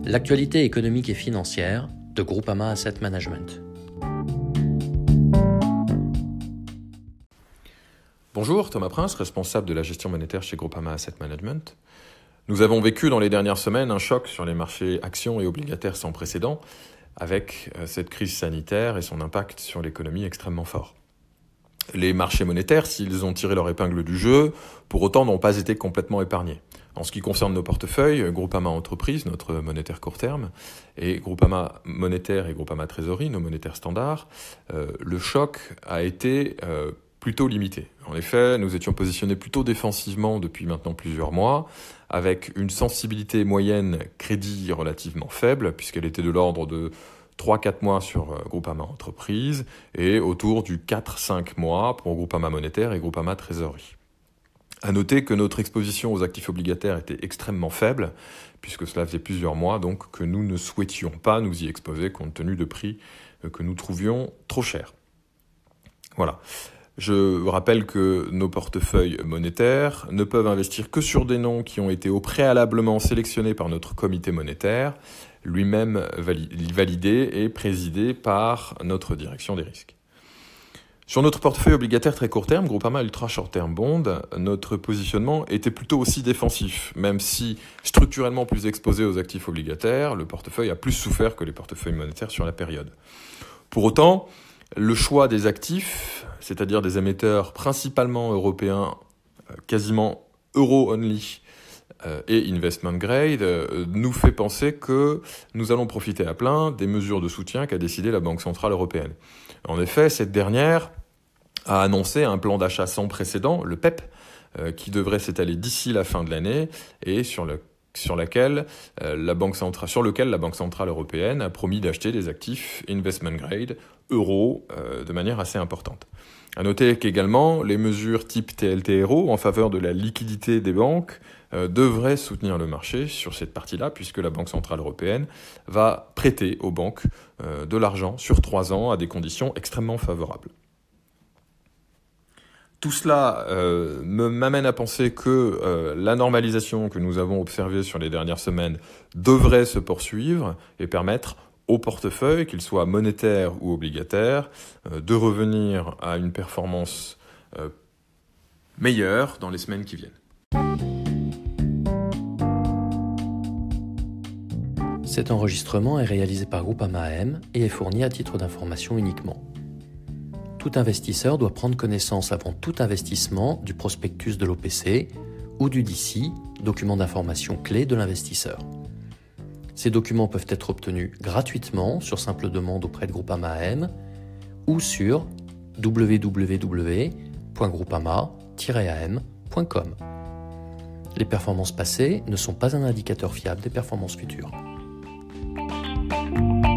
L'actualité économique et financière de Groupama Asset Management. Bonjour, Thomas Prince, responsable de la gestion monétaire chez Groupama Asset Management. Nous avons vécu dans les dernières semaines un choc sur les marchés actions et obligataires sans précédent, avec cette crise sanitaire et son impact sur l'économie extrêmement fort. Les marchés monétaires, s'ils ont tiré leur épingle du jeu, pour autant n'ont pas été complètement épargnés. En ce qui concerne nos portefeuilles, Groupama Entreprises, notre monétaire court terme, et Groupama Monétaire et Groupama Trésorerie, nos monétaires standards, le choc a été plutôt limité. En effet, nous étions positionnés plutôt défensivement depuis maintenant plusieurs mois, avec une sensibilité moyenne crédit relativement faible, puisqu'elle était de l'ordre de 3-4 mois sur Groupama Entreprises et autour du 4-5 mois pour Groupama Monétaire et Groupama Trésorerie. À noter que notre exposition aux actifs obligataires était extrêmement faible, puisque cela faisait plusieurs mois donc que nous ne souhaitions pas nous y exposer compte tenu de prix que nous trouvions trop chers. Voilà. Je rappelle que nos portefeuilles monétaires ne peuvent investir que sur des noms qui ont été au préalablement sélectionnés par notre comité monétaire, lui-même validé et présidé par notre direction des risques. Sur notre portefeuille obligataire très court terme, Groupama Ultra Short Term Bond, notre positionnement était plutôt aussi défensif, même si structurellement plus exposé aux actifs obligataires, le portefeuille a plus souffert que les portefeuilles monétaires sur la période. Pour autant, le choix des actifs, c'est-à-dire des émetteurs principalement européens, quasiment euro-only et investment grade, nous fait penser que nous allons profiter à plein des mesures de soutien qu'a décidé la Banque Centrale Européenne. En effet, cette dernière a annoncé un plan d'achat sans précédent, le PEP, qui devrait s'étaler d'ici la fin de l'année et sur lequel la Banque Centrale Européenne a promis d'acheter des actifs investment grade euro de manière assez importante. À noter qu'également, les mesures type TLTRO en faveur de la liquidité des banques devraient soutenir le marché sur cette partie-là, puisque la Banque Centrale Européenne va prêter aux banques de l'argent sur 3 ans à des conditions extrêmement favorables. Tout cela m'amène à penser que la normalisation que nous avons observée sur les dernières semaines devrait se poursuivre et permettre au portefeuille, qu'il soit monétaire ou obligataire, de revenir à une performance meilleure dans les semaines qui viennent. Cet enregistrement est réalisé par Groupama AM et est fourni à titre d'information uniquement. Tout investisseur doit prendre connaissance avant tout investissement du prospectus de l'OPC ou du DC, document d'information clé de l'investisseur. Ces documents peuvent être obtenus gratuitement sur simple demande auprès de Groupama AM ou sur www.groupama-am.com. Les performances passées ne sont pas un indicateur fiable des performances futures.